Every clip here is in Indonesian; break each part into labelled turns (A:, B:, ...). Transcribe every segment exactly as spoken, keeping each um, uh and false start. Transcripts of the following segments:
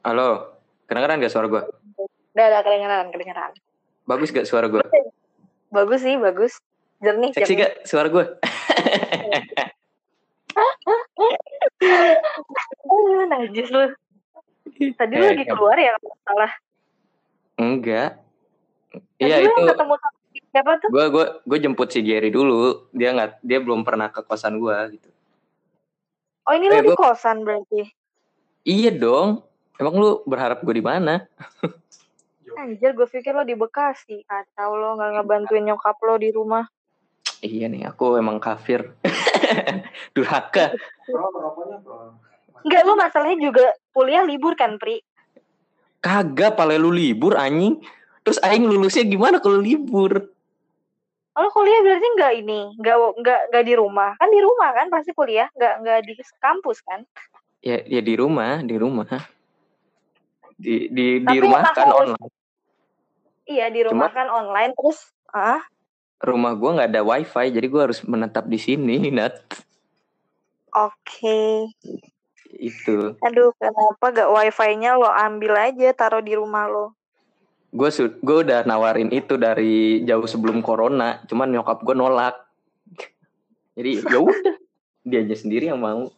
A: Halo, kedengeran gak suara gue?
B: Udah, udah kedengeran, kedengeran.
A: Bagus gak suara gue?
B: Bagus sih, bagus. Jernih,
A: Seksi
B: jernih.
A: gak suara gue?
B: Oh, najis lu. Tadi lu
A: Eh,
B: lagi keluar ya, kalau nggak salah.
A: Enggak.
B: Tadi
A: Iya
B: lu
A: itu.
B: yang ketemu sama siapa tuh?
A: Gue gue gue jemput si Gary dulu. Dia nggak, dia belum pernah ke kosan gue gitu.
B: Oh, ini
A: Eh,
B: lu di
A: gua,
B: kosan berarti?
A: Iya dong. Emang lu berharap gue di mana?
B: Anjir, gue pikir lo di Bekasi. Atau lo nggak ngebantuin nyokap lo di rumah?
A: Iya nih, aku emang kafir. Durhaka.
B: Enggak, lo masalahnya juga kuliah libur kan, Pri?
A: Kagak, pale lu libur anjing. Terus aing lulusnya gimana kalau libur?
B: Lo kuliah berarti nggak ini, nggak nggak nggak di rumah? Kan di rumah kan pasti kuliah, nggak nggak di kampus kan?
A: Ya ya di rumah, di rumah. Di di di
B: Tapi
A: rumah
B: emang
A: kan
B: harus,
A: online.
B: iya di rumah
A: Cuma
B: kan online terus ah
A: rumah gue nggak ada wifi, jadi gue harus menetap di sini, Nat.
B: oke. Okay.
A: Itu.
B: Aduh, kenapa gak wifi-nya lo ambil aja, taruh di rumah lo?
A: Gue gue udah nawarin itu dari jauh sebelum corona, cuman nyokap gue nolak. Jadi ya udah, dia aja sendiri yang mau.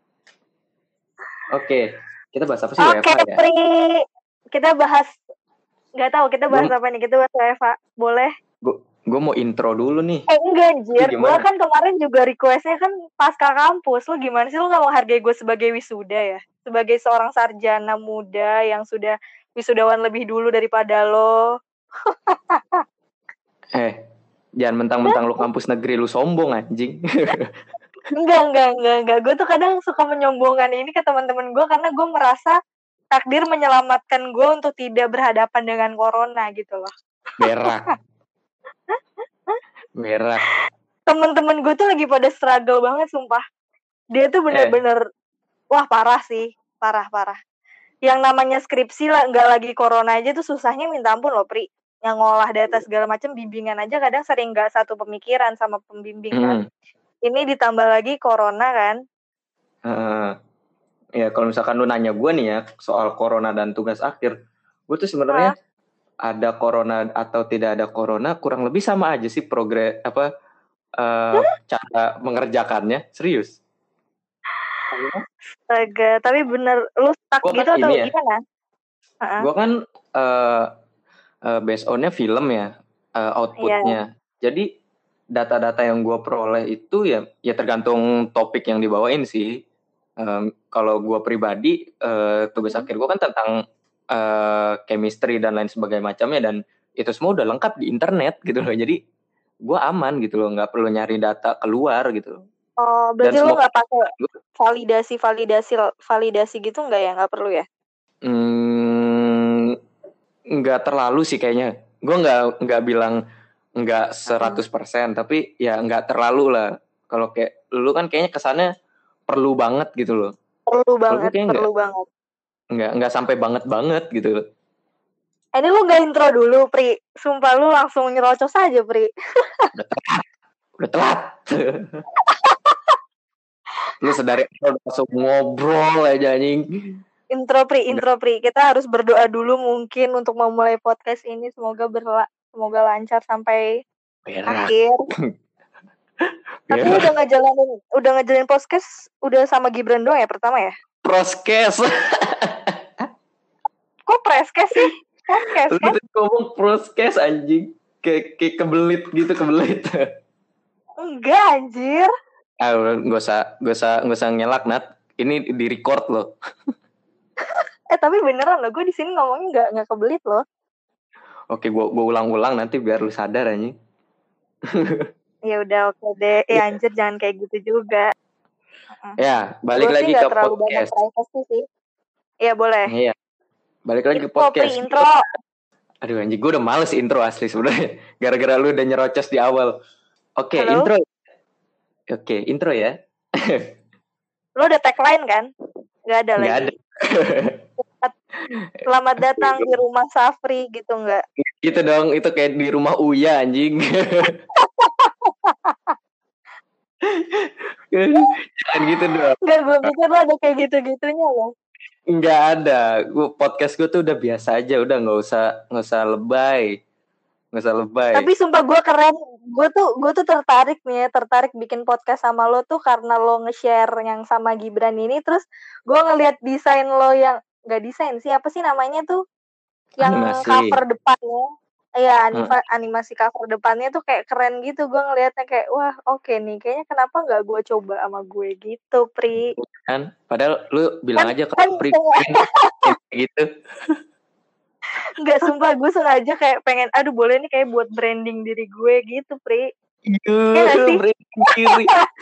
A: Oke, kita bahas apa sih?
B: Oke, okay,
A: ya?
B: Pri. Kita bahas, nggak tahu kita bahas gua, apa nih? Kita bahas W F H, boleh?
A: Gue gue mau intro dulu nih.
B: Eh enggak anjir, gue kan kemarin juga requestnya kan pasca kampus. Lo gimana sih, lo gak mau hargai gue sebagai wisuda ya? Sebagai seorang sarjana muda yang sudah wisudawan lebih dulu daripada lo.
A: eh, jangan mentang-mentang lo kampus negeri lo sombong anjing.
B: Enggak, enggak, enggak, enggak. Gue tuh kadang suka menyombongkan ini ke teman-teman gue karena gue merasa takdir menyelamatkan gue untuk tidak berhadapan dengan corona gitu loh.
A: Berak. Berak.
B: Temen-temen gue tuh lagi pada struggle banget, sumpah. Dia tuh bener-bener, eh. wah parah sih, parah-parah. Yang namanya skripsi lah, nggak lagi corona aja tuh susahnya minta ampun loh, Pri. Yang ngolah data segala macam, bimbingan aja kadang sering nggak satu pemikiran sama pembimbing kan. Hmm. Ini ditambah lagi corona kan.
A: Uh, ya kalau misalkan lu nanya gue nih ya soal corona dan tugas akhir, gue tuh sebenarnya ada corona atau tidak ada corona kurang lebih sama aja sih progres apa uh, cara mengerjakannya. Serius.
B: Astaga, tapi bener lu stuck gua gitu kan atau ya, gimana? Uh-huh.
A: Gue kan uh, uh, based on-nya film ya, uh, outputnya. Yeah. Jadi data-data yang gue peroleh itu ya ya tergantung topik yang dibawain sih. Um, kalau gue pribadi uh, tugas hmm. akhir gue kan tentang uh, chemistry dan lain sebagainya macamnya, dan itu semua udah lengkap di internet gitu loh. Jadi gue aman gitu loh, nggak perlu nyari data keluar gitu.
B: Oh, berarti lo nggak pakai validasi validasi validasi gitu nggak ya? Nggak perlu ya?
A: Hmm, nggak terlalu sih kayaknya. Gue nggak nggak bilang nggak seratus persen, tapi ya nggak terlalu lah. Kalau kayak lu kan kayaknya kesannya perlu banget gitu loh.
B: Perlu banget, perlu enggak, banget.
A: Nggak nggak sampai banget banget gitu loh.
B: Eh, ini lu nggak intro dulu, Pri. Sumpah lu langsung nyerocos aja, Pri.
A: Udah telat, udah telat. Lu sedari langsung ngobrol aja anjing.
B: Intro, Pri, intro, Pri. Kita harus berdoa dulu mungkin untuk memulai podcast ini. Semoga berla- semoga lancar sampai Berak. akhir. Tapi lu udah ngejalanin, udah ngejalanin podcast udah sama Gibran doang ya pertama ya?
A: Proskes.
B: Kok preskes sih? Proskes kan?
A: Lu ngomong proskes anjing. Kayak kayak kebelit gitu, kebelit.
B: Enggak anjir.
A: Ah, gak usah, gak usah, gak usah ngelak, Nat. Ini di record loh.
B: Eh tapi beneran loh, gue di sini ngomongnya nggak nggak kebelit loh.
A: Oke, gue gue ulang-ulang nanti biar lu sadar anjing.
B: Ya udah oke deh. Eh anjir jangan kayak gitu juga.
A: Ya, balik
B: gua
A: lagi
B: ke
A: podcast.
B: Banyak privacy sih. Iya boleh.
A: Iya. Balik lagi ke
B: intro,
A: podcast.
B: Intro.
A: Aduh anjing, gue udah males intro asli sebenarnya. Gara-gara lu udah nyerocos di awal. Oke, okay, intro. Oke, okay, intro ya.
B: Lu ada tagline kan? Gak ada
A: Gak
B: lagi. Ada. Selamat datang di rumah Safri gitu nggak?
A: Gitu dong, itu kayak di rumah Uya anjing. Jangan gitu dong.
B: Gak, gue pikir lo ada kayak gitu-gitunya loh.
A: Nggak ada. Gua podcast gue tuh udah biasa aja, udah nggak usah nggak usah lebay. Nggak usah lebay.
B: Tapi sumpah gue keren. Gue tuh gue tuh tertarik nih ya, tertarik bikin podcast sama lo tuh karena lo nge-share yang sama Gibran ini. Terus gue ngeliat desain lo yang nggak desain sih, apa sih namanya tuh? Yang
A: Animasi.
B: cover depannya. Iya, anima, hmm. animasi cover depannya tuh kayak keren gitu. Gue ngeliatnya kayak, wah oke okay nih. Kayaknya kenapa nggak gue coba sama gue gitu, Pri.
A: Kan, padahal lu bilang kan, aja
B: kan,
A: Pri gitu.
B: Enggak, sumpah gue sengaja kayak pengen, aduh boleh nih kayak buat branding diri gue gitu, Pri.
A: Iya sih? Branding diri.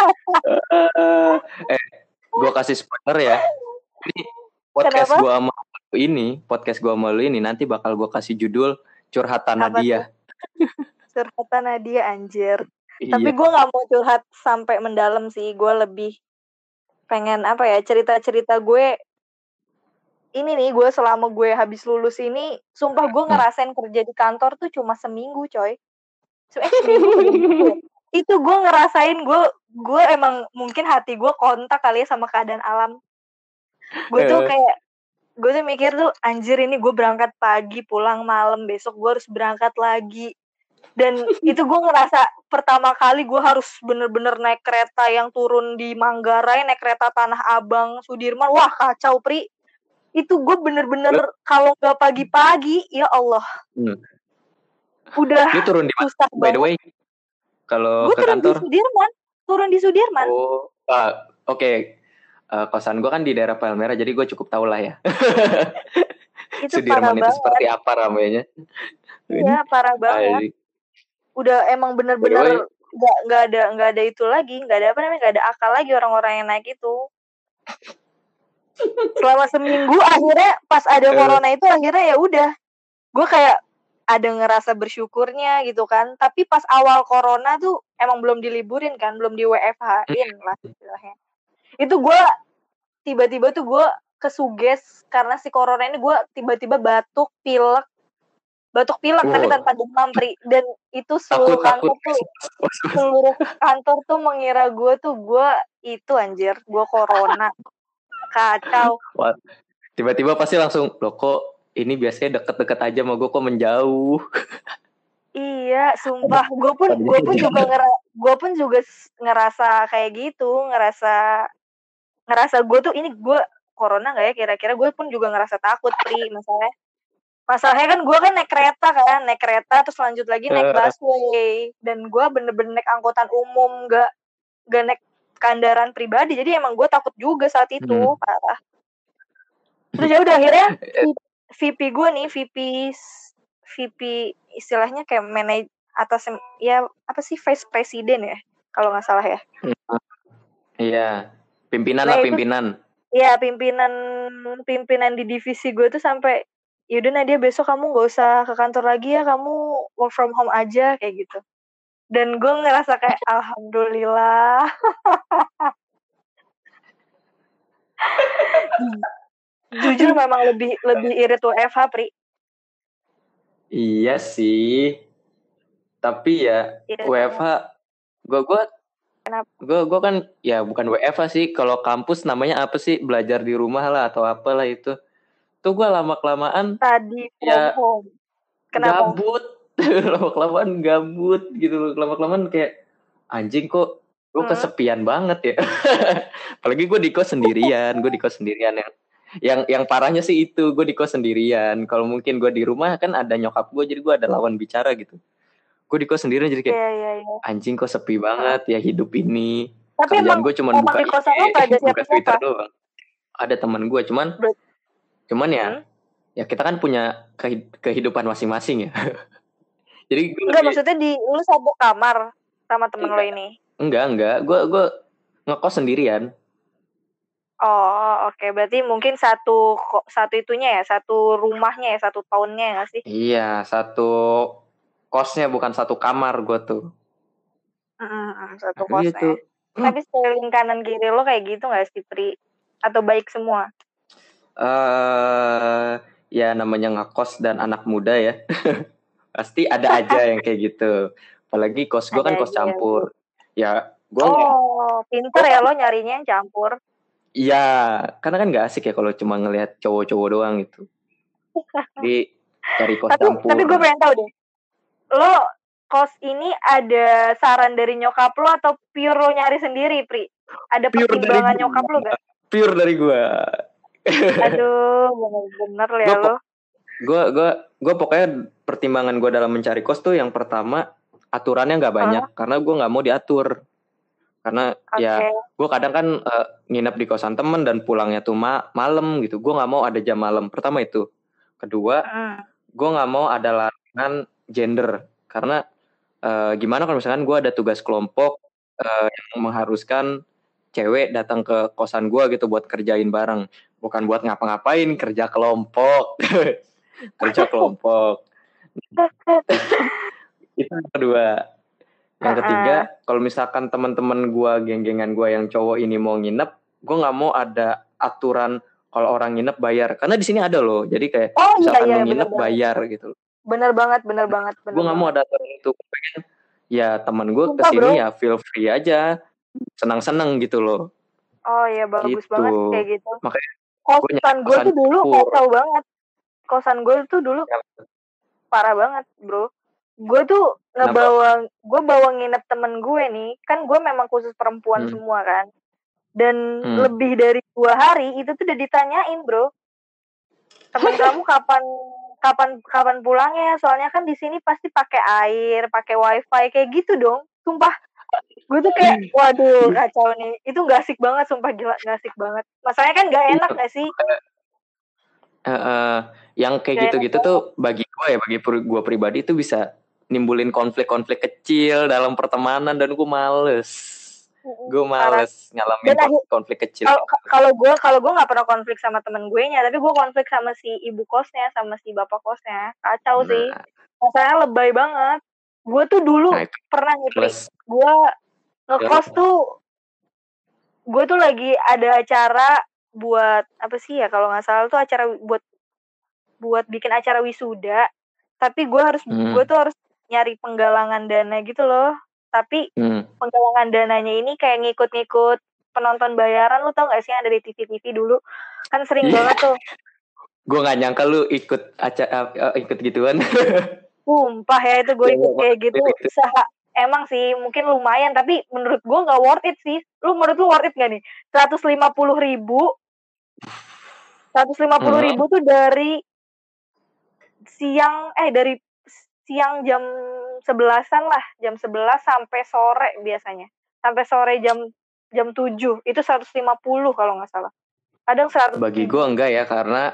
A: eh, gue kasih spoiler ya. Ini podcast gue sama ini, podcast gue sama lu ini nanti bakal gue kasih judul Curhatan Nadia.
B: Curhatan Nadia, anjir. Iya. Tapi gue gak mau curhat sampai mendalam sih. Gue lebih pengen apa ya, cerita-cerita gue. Ini nih, gue selama gue habis lulus ini, sumpah gue ngerasain hmm. kerja di kantor tuh cuma seminggu, coy. Eh, seminggu, seminggu. Itu gue ngerasain, gue gue emang mungkin hati gue kontak kali ya sama keadaan alam. Gue tuh kayak, gue tuh mikir tuh, anjir ini gue berangkat pagi, pulang malam, besok gue harus berangkat lagi. Dan itu gue ngerasa pertama kali gue harus bener-bener naik kereta yang turun di Manggarai, naik kereta Tanah Abang, Sudirman. Wah kacau, Pri. Itu gue bener-bener kalau gak pagi-pagi, ya Allah. Hmm. Udah
A: Lu turun di mana, by the way? Kalau ke
B: turun
A: kantor?
B: Di Sudirman. Turun di Sudirman.
A: Oh, ah, oke. Okay. Uh, kosan gue kan di daerah Palmera, jadi gue cukup tahu lah ya.
B: Itu
A: Sudirman itu banget. Seperti apa ramainya.
B: Iya, parah banget. Ay. Udah emang bener-bener nggak nggak ada nggak ada itu lagi, nggak ada apa namanya, nggak ada akal lagi orang-orang yang naik itu. Selama seminggu akhirnya pas ada corona itu akhirnya ya udah, gue kayak ada ngerasa bersyukurnya gitu kan. Tapi pas awal corona tuh emang belum diliburin kan, belum di W F H-in lah istilahnya. Itu gue tiba-tiba tuh gue kesuges karena si corona ini, gue tiba-tiba batuk, pilek. Batuk pilek oh. Tapi tanpa demam, Pri. Dan itu seluruh takut, kantor takut. tuh seluruh kantor tuh mengira gue tuh gue itu anjir, gue corona. Kacau.
A: Wah, tiba-tiba pasti langsung, loh kok ini biasanya deket-deket aja sama gue kok menjauh.
B: Iya, sumpah. Gue pun gue pun juga ngera, gue pun juga ngerasa kayak gitu, ngerasa ngerasa gue tuh ini gue corona nggak ya kira-kira. Gue pun juga ngerasa takut, Pri, masalahnya. Masalahnya kan gue kan naik kereta kan, naik kereta terus lanjut lagi naik busway. Dan gue bener-bener naik angkutan umum, gak, gak naik kendaraan pribadi. Jadi emang gue takut juga saat itu, hmm. parah. Terus ya udah akhirnya V P gue nih, V P V P istilahnya kayak manaj atas ya apa sih, vice president ya kalau nggak salah ya.
A: Iya, pimpinan nah, lah pimpinan.
B: Iya, pimpinan pimpinan di divisi gue tuh sampai, yaudah Nadia besok kamu nggak usah ke kantor lagi ya, kamu work from home aja kayak gitu. Dan gue ngerasa kayak alhamdulillah. Jujur memang lebih lebih irit W F H, Pri.
A: Iya sih. Tapi ya irit W F H gue gue gue gue kan ya bukan W F H sih, kalau kampus namanya apa sih, belajar di rumah lah atau apalah itu. Tuh gue lama-kelamaan
B: tadi
A: ya
B: home. Kenapa?
A: Gabut. Lama-kelamaan gabut gitu. Lama-kelamaan kayak anjing kok gue hmm. kesepian banget ya. Apalagi gue di kos sendirian, gue di kos sendirian yang yang yang parahnya sih itu, gue di kos sendirian. Kalau mungkin gue di rumah kan ada nyokap gue, jadi gue ada lawan bicara gitu. Gue di kos sendirian jadi kayak
B: yeah, yeah, yeah.
A: anjing kok sepi banget ya hidup ini.
B: Tapi
A: kerjaan gue cuma buka I G, buka Twitter doang. Ada teman gue cuman Ber- cuman ya hmm? ya kita kan punya kehidupan masing-masing ya. Jadi
B: enggak lebih... maksudnya di lu satu kamar sama temen lo ini?
A: Enggak enggak, gue gue ngekos sendirian.
B: Oh oke, okay. Berarti mungkin satu satu itunya ya, satu rumahnya ya, satu tahunnya ya nggak sih?
A: Iya, satu kosnya bukan satu kamar gue tuh.
B: Mm-hmm, satu kosnya. Gitu. Tapi sekeliling kanan kiri lo kayak gitu nggak sih, Pri? Atau baik semua?
A: Eh uh, ya namanya ngekos dan anak muda ya. Pasti ada aja yang kayak gitu. Apalagi kos gue kan kos campur. Ya, gue
B: Oh, pinter ya lo nyarinya yang campur.
A: Iya, karena kan nggak asik ya kalau cuma ngelihat cowok-cowok doang gitu. Jadi cari kos
B: tapi,
A: campur.
B: Tapi gue pengen tahu deh, lo kos ini ada saran dari nyokap lo atau pure lo nyari sendiri, Pri? Ada pure pertimbangan nyokap lo gak?
A: Pure dari gue.
B: Aduh, bener-bener ya lo.
A: Gue gue gue pokoknya pertimbangan gue dalam mencari kos tuh yang pertama aturannya nggak banyak, huh? Karena gue nggak mau diatur. Karena okay. ya gue kadang kan uh, nginep di kosan temen dan pulangnya tuh ma- malam gitu. Gue nggak mau ada jam malam. Pertama itu. Kedua, hmm. gue nggak mau ada larangan gender. Karena uh, gimana kalau misalkan gue ada tugas kelompok uh, yang mengharuskan cewek datang ke kosan gue gitu buat kerjain bareng. Bukan buat ngapa-ngapain, kerja kelompok. Kerja kelompok. Itu yang kedua. Yang ketiga, uh-uh. kalau misalkan teman-teman gue, geng-gengan gue yang cowok ini mau nginep, gue nggak mau ada aturan kalau orang nginep bayar. Karena di sini ada loh, jadi kayak oh, misalkan iya, iya, lu nginep bayar banget. Gitu.
B: Bener banget, bener banget.
A: Gue nggak mau ada aturan itu. Ya teman gue kesini ya feel free aja, senang-senang gitu loh.
B: Oh iya bagus gitu. Banget kayak gitu. Makanya kosan gue tuh dulu kacau banget. Kosan gue tuh dulu ya. Parah banget bro. Gue tuh ngebawa, gue bawa nginep temen gue nih, kan gue memang khusus perempuan hmm. semua kan, dan hmm. lebih dari dua hari itu tuh udah ditanyain bro, temen kamu kapan kapan kapan pulangnya, soalnya kan di sini pasti pakai air, pakai wifi kayak gitu dong, sumpah. Gue tuh kayak, waduh kacau nih, itu nggak asik banget, sumpah gila nggak asik banget. Masalahnya kan nggak enak nggak sih?
A: Uh, uh, yang kayak gitu-gitu tuh bagi gue ya, bagi gue pribadi itu bisa nimbulin konflik-konflik kecil dalam pertemanan dan gue males, gue males ngalamin konflik, konflik kecil.
B: Kalau gue kalau gue nggak pernah konflik sama temen gue nya, tapi gue konflik sama si ibu kosnya, sama si bapak kosnya, kacau nah. sih. Masalahnya lebay banget. Gue tuh dulu nah, pernah nih, gue ngekos tuh, gue tuh lagi ada acara buat apa sih ya kalau nggak salah tuh acara buat buat bikin acara wisuda, tapi gue harus hmm. gue tuh harus nyari penggalangan dana gitu loh, tapi hmm. penggalangan dananya ini kayak ngikut-ngikut penonton bayaran, lu tau gak sih yang dari T V T V dulu kan sering yeah. banget tuh.
A: Gue nggak nyangka lu ikut acara uh, ikut gituan.
B: Sumpah ya itu gue ikut kayak gitu. Usaha emang sih mungkin lumayan, tapi menurut gue nggak worth it sih. Lu menurut lu worth it gak nih? seratus lima puluh ribu seratus lima puluh ribu tuh dari siang eh dari siang jam sebelasan lah, jam sebelas sampai sore biasanya. Sampai sore jam jam tujuh. Itu seratus lima puluh kalau nggak salah. Kadang seratus.
A: Bagi gue enggak ya, karena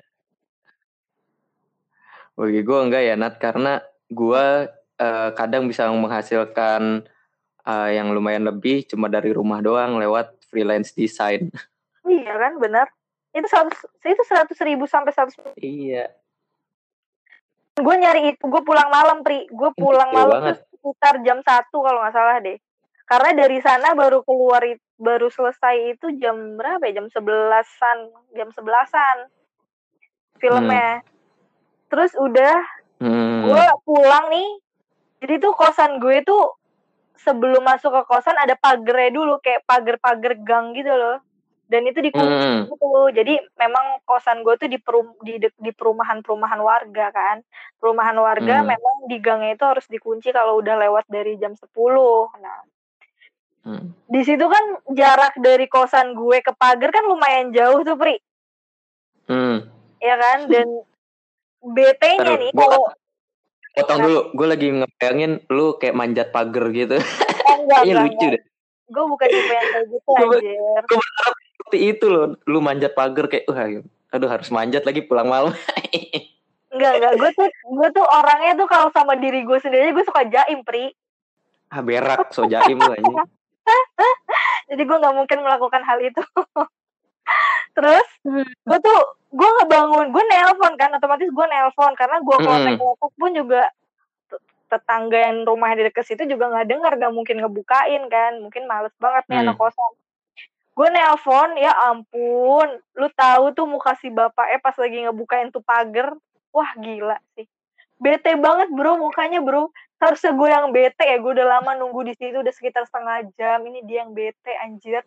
A: bagi gue enggak ya Nat, karena gue uh, kadang bisa menghasilkan uh, yang lumayan lebih cuma dari rumah doang lewat freelance design.
B: Iya kan, benar. Itu seratus itu seratus ribu sampai seratus.
A: Iya.
B: Gue nyari itu, gue pulang malam, Pri. Gue pulang malam tuh sekitar jam satu kalau nggak salah deh. Karena dari sana baru keluar, baru selesai itu jam berapa ya? Jam sebelasan. Jam sebelasan filmnya. Hmm. Terus udah, hmm. gue pulang nih. Jadi tuh kosan gue tuh sebelum masuk ke kosan ada pagernya dulu. Kayak pagar-pagar gang gitu loh. Dan itu dikunci hmm. gitu. Jadi memang kosan gue tuh di, perum, di, di perumahan-perumahan warga kan. Perumahan warga hmm. memang di gangnya itu harus dikunci kalau udah lewat dari jam sepuluh. Nah, hmm. di situ kan jarak dari kosan gue ke pagar kan lumayan jauh tuh, Pri.
A: Hmm.
B: Ya kan? Dan B T-nya nih kalau
A: potong dulu, gue lagi ngebayangin lu kayak manjat pagar gitu.
B: Oh, enggak,
A: Kayaknya
B: enggak,
A: lucu
B: enggak.
A: deh.
B: Gue bukan tipe yang kayak gitu anjir.
A: Gue berharap seperti itu loh, lu manjat pagar kayak, wah, aduh harus manjat lagi pulang malam.
B: Enggak, enggak. Gue tuh, gue tuh orangnya tuh kalau sama diri gue sendiri gue suka jaim, Pri.
A: Ah berak, so jaim lu anjing.
B: Jadi gue nggak mungkin melakukan hal itu. Terus gue tuh gue ngebangun, gue nelpon kan, otomatis gue nelpon karena gue kontak-kontak pun juga tetangga yang rumahnya di dekat situ juga nggak dengar, nggak mungkin ngebukain kan, mungkin males banget nih hmm. anak kosan. Gue nelpon, ya ampun, lu tahu tuh muka si bapaknya pas lagi ngebukain tuh pagar, wah gila sih, bete banget bro mukanya bro. Harusnya gue yang bete ya, gue udah lama nunggu di situ udah sekitar setengah jam, ini dia yang bete anjir.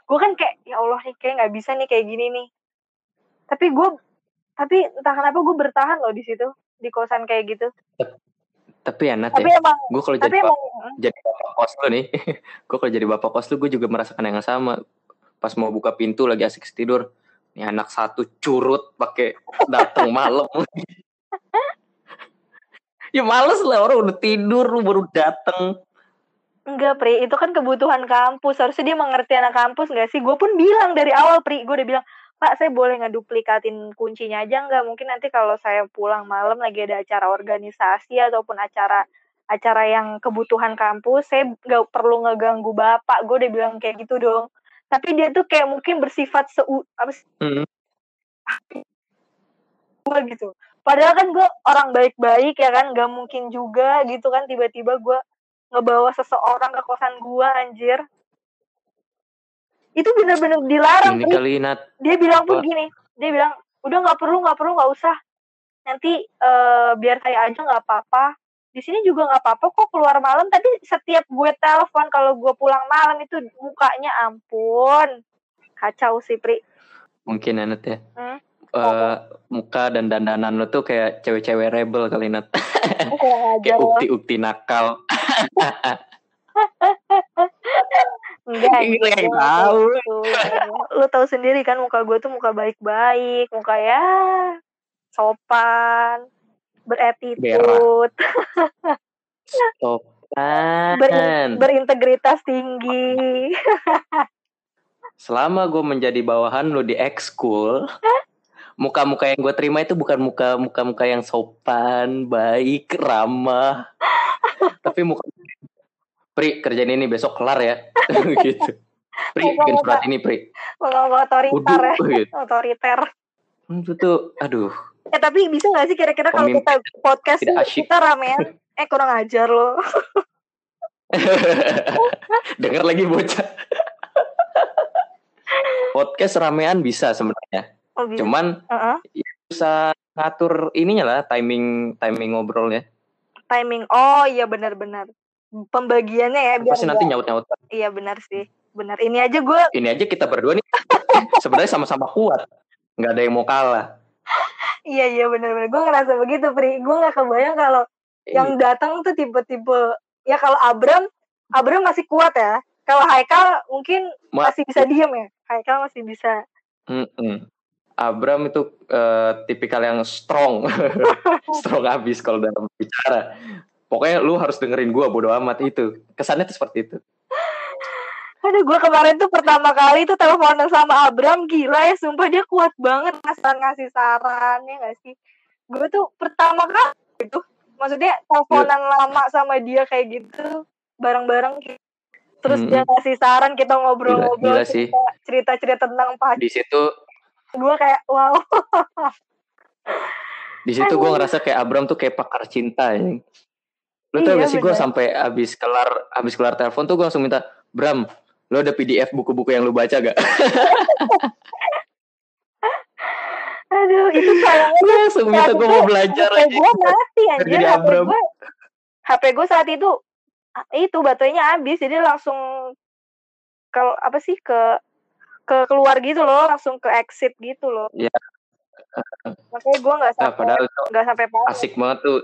B: gue kan kayak ya Allah nih kayak nggak bisa nih kayak gini nih. Tapi gue tapi entah kenapa gue bertahan loh di situ di kosan kayak gitu.
A: Tapi enak
B: tapi
A: ya.
B: Emang,
A: gue kalau jadi emang, jadi bapak kos lu nih, gue kalau jadi bapak kos lu gue juga merasakan yang sama. Pas mau buka pintu lagi asik tidur, nih anak satu curut pakai datang malam. Ya males lah, orang udah tidur lu baru datang.
B: Enggak, Pri, itu kan kebutuhan kampus. Harusnya dia mengerti anak kampus nggak sih? Gue pun bilang dari awal, Pri, gue udah bilang, Pak, saya boleh ngeduplikatin kuncinya aja nggak? Mungkin nanti kalau saya pulang malam lagi ada acara organisasi ataupun acara acara yang kebutuhan kampus, saya nggak perlu ngeganggu Bapak. Gue udah bilang kayak gitu dong. Tapi dia tuh kayak mungkin bersifat seu apa sih? Hmm. Gue gitu. Padahal kan gue orang baik-baik ya kan, nggak mungkin juga gitu kan tiba-tiba gue ngebawa seseorang ke kosan gue, anjir. Itu benar-benar dilarang. Ini kali Nat. Dia bilang pun gini, dia bilang udah nggak perlu nggak perlu nggak usah, nanti uh, biar saya aja nggak apa-apa. Di sini juga nggak apa-apa kok keluar malam. Tapi setiap gue telepon kalau gue pulang malam itu mukanya ampun kacau sih, Pri. Mungkin Nat ya. Hmm? Uh, muka dan dandanan lo tuh kayak cewek-cewek rebel kali Nat. Oh, kayak ukti-ukti nakal. Enggak, gitu yang tahu. Lu tahu sendiri kan muka gue tuh muka baik-baik, muka ya sopan, beretitude, sopan, Ber, berintegritas tinggi. Selama gue menjadi bawahan lu di ekskul, muka-muka yang gue terima itu bukan muka-muka-muka yang sopan, baik, ramah, tapi muka Pri, kerjaan ini besok kelar ya. Gitu. Pri, bikin surat ini, Pri. Muka-muka otoriter ya. Gitu. Otoriter. Itu tuh, aduh. Eh, tapi bisa gak sih kira-kira kalau kita podcast kita ramean? Eh, kurang ajar loh. Dengar lagi bocah. Podcast ramean bisa sebenarnya. Oh, bisa. Cuman uh-huh. ya bisa ngatur ininya lah, timing timing ngobrolnya. Timing, oh iya benar-benar. Pembagiannya ya biar pasti nanti nyaut-nyaut. Iya benar sih, benar. Ini aja gue. Ini aja kita berdua nih sebenarnya sama-sama kuat, nggak ada yang mau kalah. Iya iya benar-benar. Gue ngerasa begitu, Pri. Gue nggak kebayang kalau yang datang tuh tipe-tipe ya kalau Abram, Abram masih kuat ya. Kalau Haikal mungkin Ma- masih bisa diem ya. Haikal masih bisa. Mm-mm. Abram itu uh, tipikal yang strong, strong abis kalau dalam bicara. Pokoknya lu harus dengerin gue, bodo amat itu. Kesannya tuh seperti itu. Aduh, gue kemarin tuh pertama kali tuh teleponan sama Abram, gila ya, sumpah dia kuat banget ngasih ngasih saran, ya gak sih? Gue tuh pertama kali gitu, maksudnya teleponan yeah. lama sama dia kayak gitu, bareng-bareng gitu. Terus mm-hmm. dia ngasih saran, kita ngobrol-ngobrol, cerita, cerita-cerita tentang pacar. Di situ gue kayak, wow. Di situ gue ngerasa kayak Abram tuh kayak pakar cinta ya. Lu tau iya, gak sih gue sampai abis kelar abis kelar telepon tuh gue langsung minta, Bram, lu ada P D F buku-buku yang lu baca gak? Aduh, itu sayangnya gue langsung minta gue mau belajar aja. H P gue mati aja, H P gue H P gue saat itu itu baterainya habis, jadi langsung ke apa sih ke ke keluar gitu loh, langsung ke exit gitu loh. Iya. Makanya gue nggak sampai nggak nah, sampai asik banget tuh.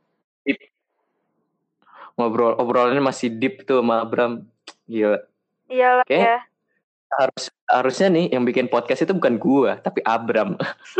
B: Ngobrol obrolannya masih deep tuh sama Abram, gila. Iyalah ya. Harus harusnya nih yang bikin podcast itu bukan gua tapi Abram.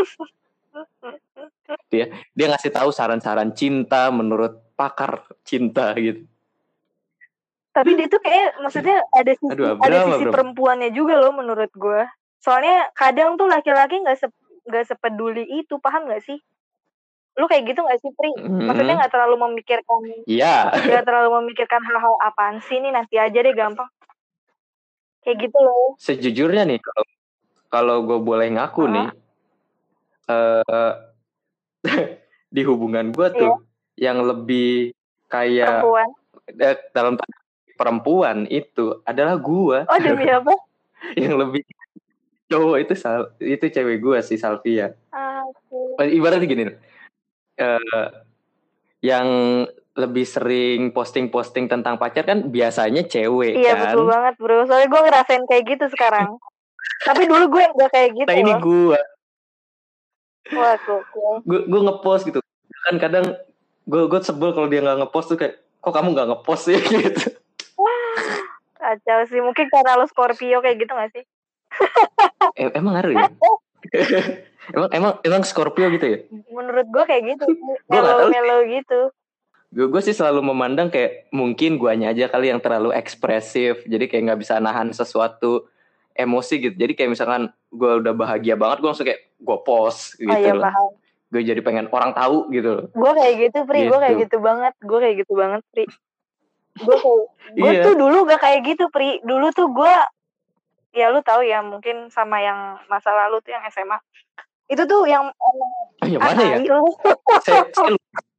B: dia dia ngasih tahu saran-saran cinta menurut pakar cinta gitu. Tapi dia tuh kayak maksudnya ada sisi Aduh, Abram, ada sisi Abram. perempuannya juga loh menurut gua. Soalnya kadang tuh laki-laki nggak se nggak sepeduli itu, paham nggak sih? Lu kayak gitu gak sih, Pri? Mm-hmm. Maksudnya gak terlalu memikirkan Iya yeah. Gak terlalu memikirkan hal-hal apaan sih nih, nanti aja deh gampang. Kayak gitu loh. Sejujurnya nih, kalau kalau gue boleh ngaku uh-huh. nih uh, di hubungan gue tuh yeah. yang lebih kayak perempuan. Eh, dalam perempuan itu adalah gue. Oh, demi apa? Yang lebih cowok itu sal itu cewek gue si Salvia. Ah, okay. Ibaratnya gini Uh, yang
A: lebih sering posting-posting tentang pacar kan biasanya cewek
B: iya,
A: kan.
B: Iya betul banget bro. Soalnya gue ngerasain kayak gitu sekarang. Tapi dulu gue enggak kayak gitu.
A: Nah ini gue.
B: Wah gokil.
A: Gue gue ngepost gitu. Kan kadang gue gue sebel kalau dia nggak ngepost tuh kayak kok kamu nggak ngepost sih gitu.
B: Kacau sih. Mungkin karena lo Scorpio kayak gitu nggak sih?
A: em- emang ngaruh ya? emang emang emang Scorpio gitu ya?
B: Menurut gue kayak gitu. Melo-melo gitu.
A: Gue gue sih selalu memandang kayak mungkin guanya aja kali yang terlalu ekspresif, jadi kayak nggak bisa nahan sesuatu emosi gitu. Jadi kayak misalkan gue udah bahagia banget, gue langsung kayak gue post gitu.
B: Oh iya paham.
A: Gue jadi pengen orang tahu gitu.
B: Gue kayak gitu Pri, gitu. gue kayak gitu banget, gue kayak gitu banget Pri. Gue kayak, gue iya. tuh dulu gak kayak gitu Pri. Dulu tuh gue, ya lu tahu ya mungkin sama yang masa lalu tuh yang S M A. Itu tuh yang
A: oh, yang mana ya? saya, saya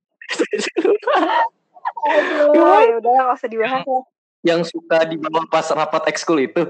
B: Aduh, ya udah nggak usah dibahas ya.
A: Yang suka dibawa pas rapat ekskul itu.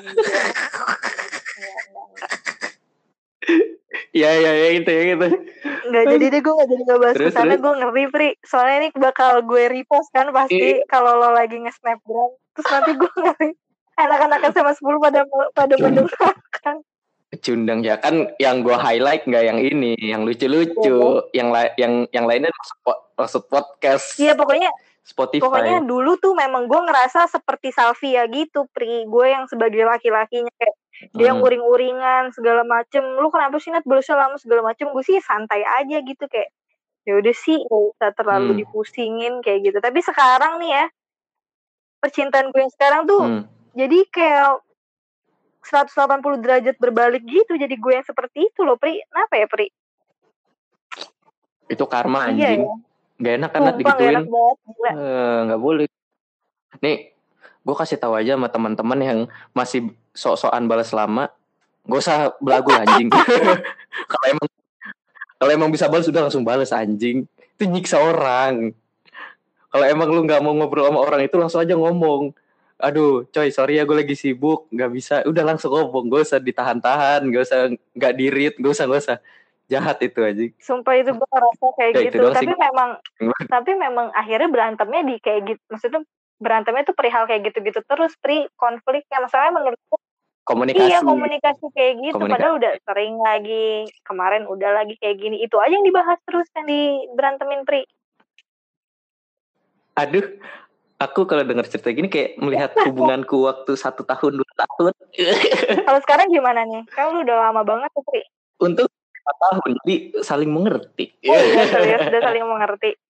A: Iya, iya, ya itu, ya gitu.
B: Nggak jadi deh, gue nggak jadi ngebahas kesana, gue ngeri Pri. Soalnya ini bakal gue repost kan pasti kalau lo lagi nge-snapgram. Terus nanti gue ngeri. Anak-anak S M A sepuluh pada pada mendengarkan.
A: Cundang ya kan, yang gue highlight nggak yang ini, yang lucu-lucu, ya, yang la- yang yang lainnya masuk, masuk podcast.
B: Iya pokoknya
A: Spotify.
B: Pokoknya dulu tuh memang gue ngerasa seperti Salvia gitu Pri. Gue yang sebagai laki-lakinya kayak hmm. dia yang uring-uringan segala macem. Lu kenapa sih Nat berusaha lama segala macem? Gue sih santai aja gitu kayak ya udah sih gak usah terlalu hmm. dipusingin kayak gitu. Tapi sekarang nih ya, percintaan gue yang sekarang tuh hmm. jadi kayak seratus delapan puluh derajat berbalik gitu. Jadi gue yang seperti itu loh Pri. Kenapa ya Pri?
A: Itu karma anjing. Iya, ya? Gak enak kan digituin. Gak enak banget. Eh, gak boleh. Nih, gue kasih tahu aja sama teman-teman yang masih sok-sokan balas lama. Gak usah belagu anjing. Kalau emang kalau emang bisa balas sudah langsung balas anjing. Itu nyiksa orang. Kalau emang lu gak mau ngobrol sama orang itu langsung aja ngomong. Aduh, coy, sorry ya gue lagi sibuk, gak bisa. Udah langsung ngomong, gak usah ditahan-tahan, gak usah gak di-read, gak usah, gak usah. Jahat itu aja.
B: Sumpah itu gue ngerasa kayak ya, gitu. Tapi sih. memang, tapi memang akhirnya berantemnya di kayak gitu. Maksudnya berantemnya tuh perihal kayak gitu-gitu terus, Pri, konfliknya. Masalahnya menurut gue,
A: komunikasi.
B: Iya, komunikasi kayak gitu. Komunikasi. Padahal udah sering lagi, kemarin udah lagi kayak gini. Itu aja yang dibahas terus, yang di berantemin, Pri.
A: Aduh. Aku kalau dengar cerita gini kayak melihat hubunganku waktu satu tahun dua tahun.
B: Kalau sekarang gimana nih? Kan lu udah lama banget tuh, Pri.
A: Untuk empat tahun, jadi saling mengerti.
B: Oh iya, serius udah saling mengerti.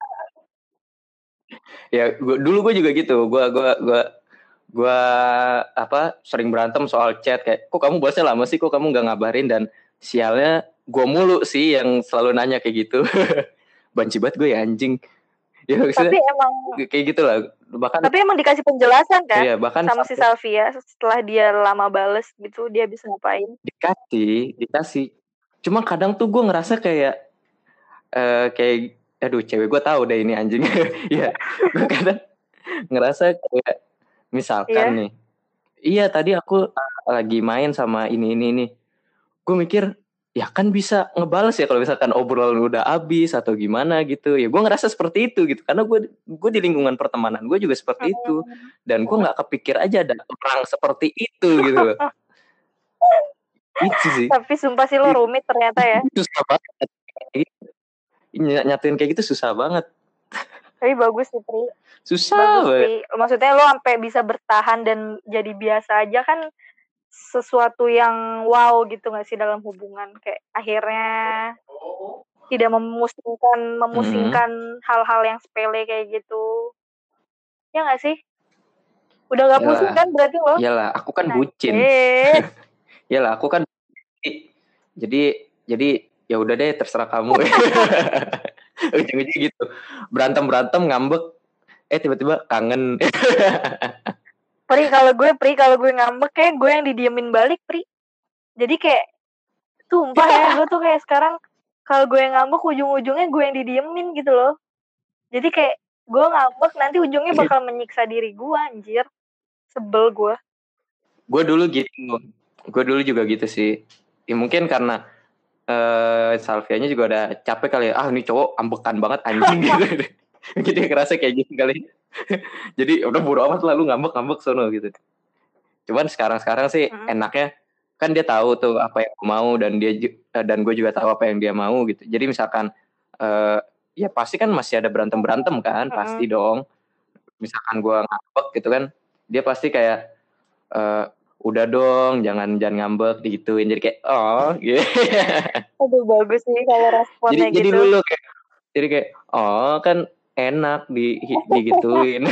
A: Ya, gua, dulu gue juga gitu. Gue, gue, gue, gue apa sering berantem soal chat kayak, kok kamu balasnya lama sih? Kok kamu nggak ngabarin? Dan sialnya gue mulu sih yang selalu nanya kayak gitu. Banci banget gue ya anjing. Ya,
B: tapi emang
A: kayak gitulah. Bahkan
B: tapi emang dikasih penjelasan kan
A: iya, bahkan
B: sama si Salvia setelah dia lama bales gitu dia bisa ngapain?
A: Dikasih, dikasih. Cuma kadang tuh gue ngerasa kayak uh, kayak aduh cewek gue tahu deh ini anjing. Ya, gue kadang ngerasa kayak misalkan yeah. nih. Iya, tadi aku lagi main sama ini ini ini. Gue mikir ya kan bisa ngebales ya kalau misalkan obrolan udah habis atau gimana gitu. Ya gue ngerasa seperti itu gitu. Karena gue gue di lingkungan pertemanan gue juga seperti itu. Dan gue gak kepikir aja ada orang seperti itu gitu. Itu sih.
B: Tapi sumpah sih lo rumit ternyata ya.
A: Susah banget. Nyatuin kayak gitu susah banget.
B: Tapi bagus sih Pri.
A: Susah
B: bagus sih. Maksudnya lo sampai bisa bertahan dan jadi biasa aja kan sesuatu yang wow gitu nggak sih dalam hubungan kayak akhirnya tidak memusingkan memusingkan mm-hmm. hal-hal yang sepele kayak gitu ya nggak sih udah nggak pusing kan berarti lo
A: iyalah aku kan bucin iyalah aku kan jadi jadi ya udah deh terserah kamu ujung-ujung gitu berantem berantem ngambek eh tiba-tiba kangen.
B: Pri kalau gue Pri kalau gue ngambek kayak gue yang didiemin balik Pri. Jadi kayak sumpah ya gue tuh kayak sekarang kalau gue yang ngambek ujung-ujungnya gue yang didiemin gitu loh. Jadi kayak gue ngambek nanti ujungnya bakal menyiksa diri gue anjir. Sebel gue.
A: Gue dulu gitu. Gue dulu juga gitu sih. Ya, mungkin karena uh, Salvianya juga udah capek kali ya. Ah ini cowok ambekan banget anjing gitu. Jadi ngerasa kayak gitu kali. Jadi udah bodo amat lah lu ngambek-ngambek sono gitu. Cuman sekarang-sekarang sih
B: Hmm.
A: enaknya kan dia tahu tuh apa yang gue mau dan dia dan gue juga tahu apa yang dia mau gitu. Jadi misalkan uh, ya pasti kan masih ada berantem-berantem kan,
B: Hmm.
A: pasti dong. Misalkan gue ngambek gitu kan, dia pasti kayak uh, udah dong jangan jangan ngambek digituin. Jadi kayak oh gitu.
B: Aduh bagus nih kalau responnya
A: jadi,
B: gitu.
A: Jadi dulu kayak jadi kayak oh kan enak di digituin.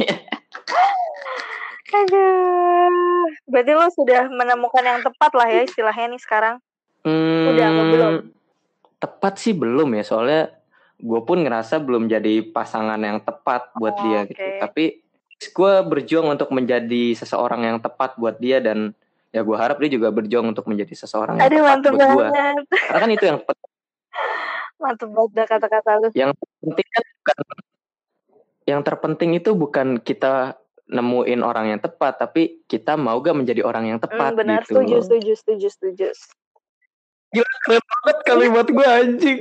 B: Aduh, berarti lo sudah menemukan yang tepat lah ya istilahnya nih sekarang.
A: Hmm,
B: Udah apa belum?
A: Tepat sih belum ya, soalnya gue pun ngerasa belum jadi pasangan yang tepat buat
B: oh,
A: dia
B: okay.
A: gitu. Tapi gue berjuang untuk menjadi seseorang yang tepat buat dia dan ya gue harap dia juga berjuang untuk menjadi seseorang yang
B: Aduh,
A: tepat buat gue. Karena kan itu yang tepat.
B: Mantap banget kata-kata lu.
A: Yang penting kan bukan, yang terpenting itu bukan kita nemuin orang yang tepat, tapi kita mau gak menjadi orang yang tepat
B: hmm, benar,
A: gitu.
B: Setuju, setuju, setuju, setuju.
A: Gila, keren banget kalimat gue anjing.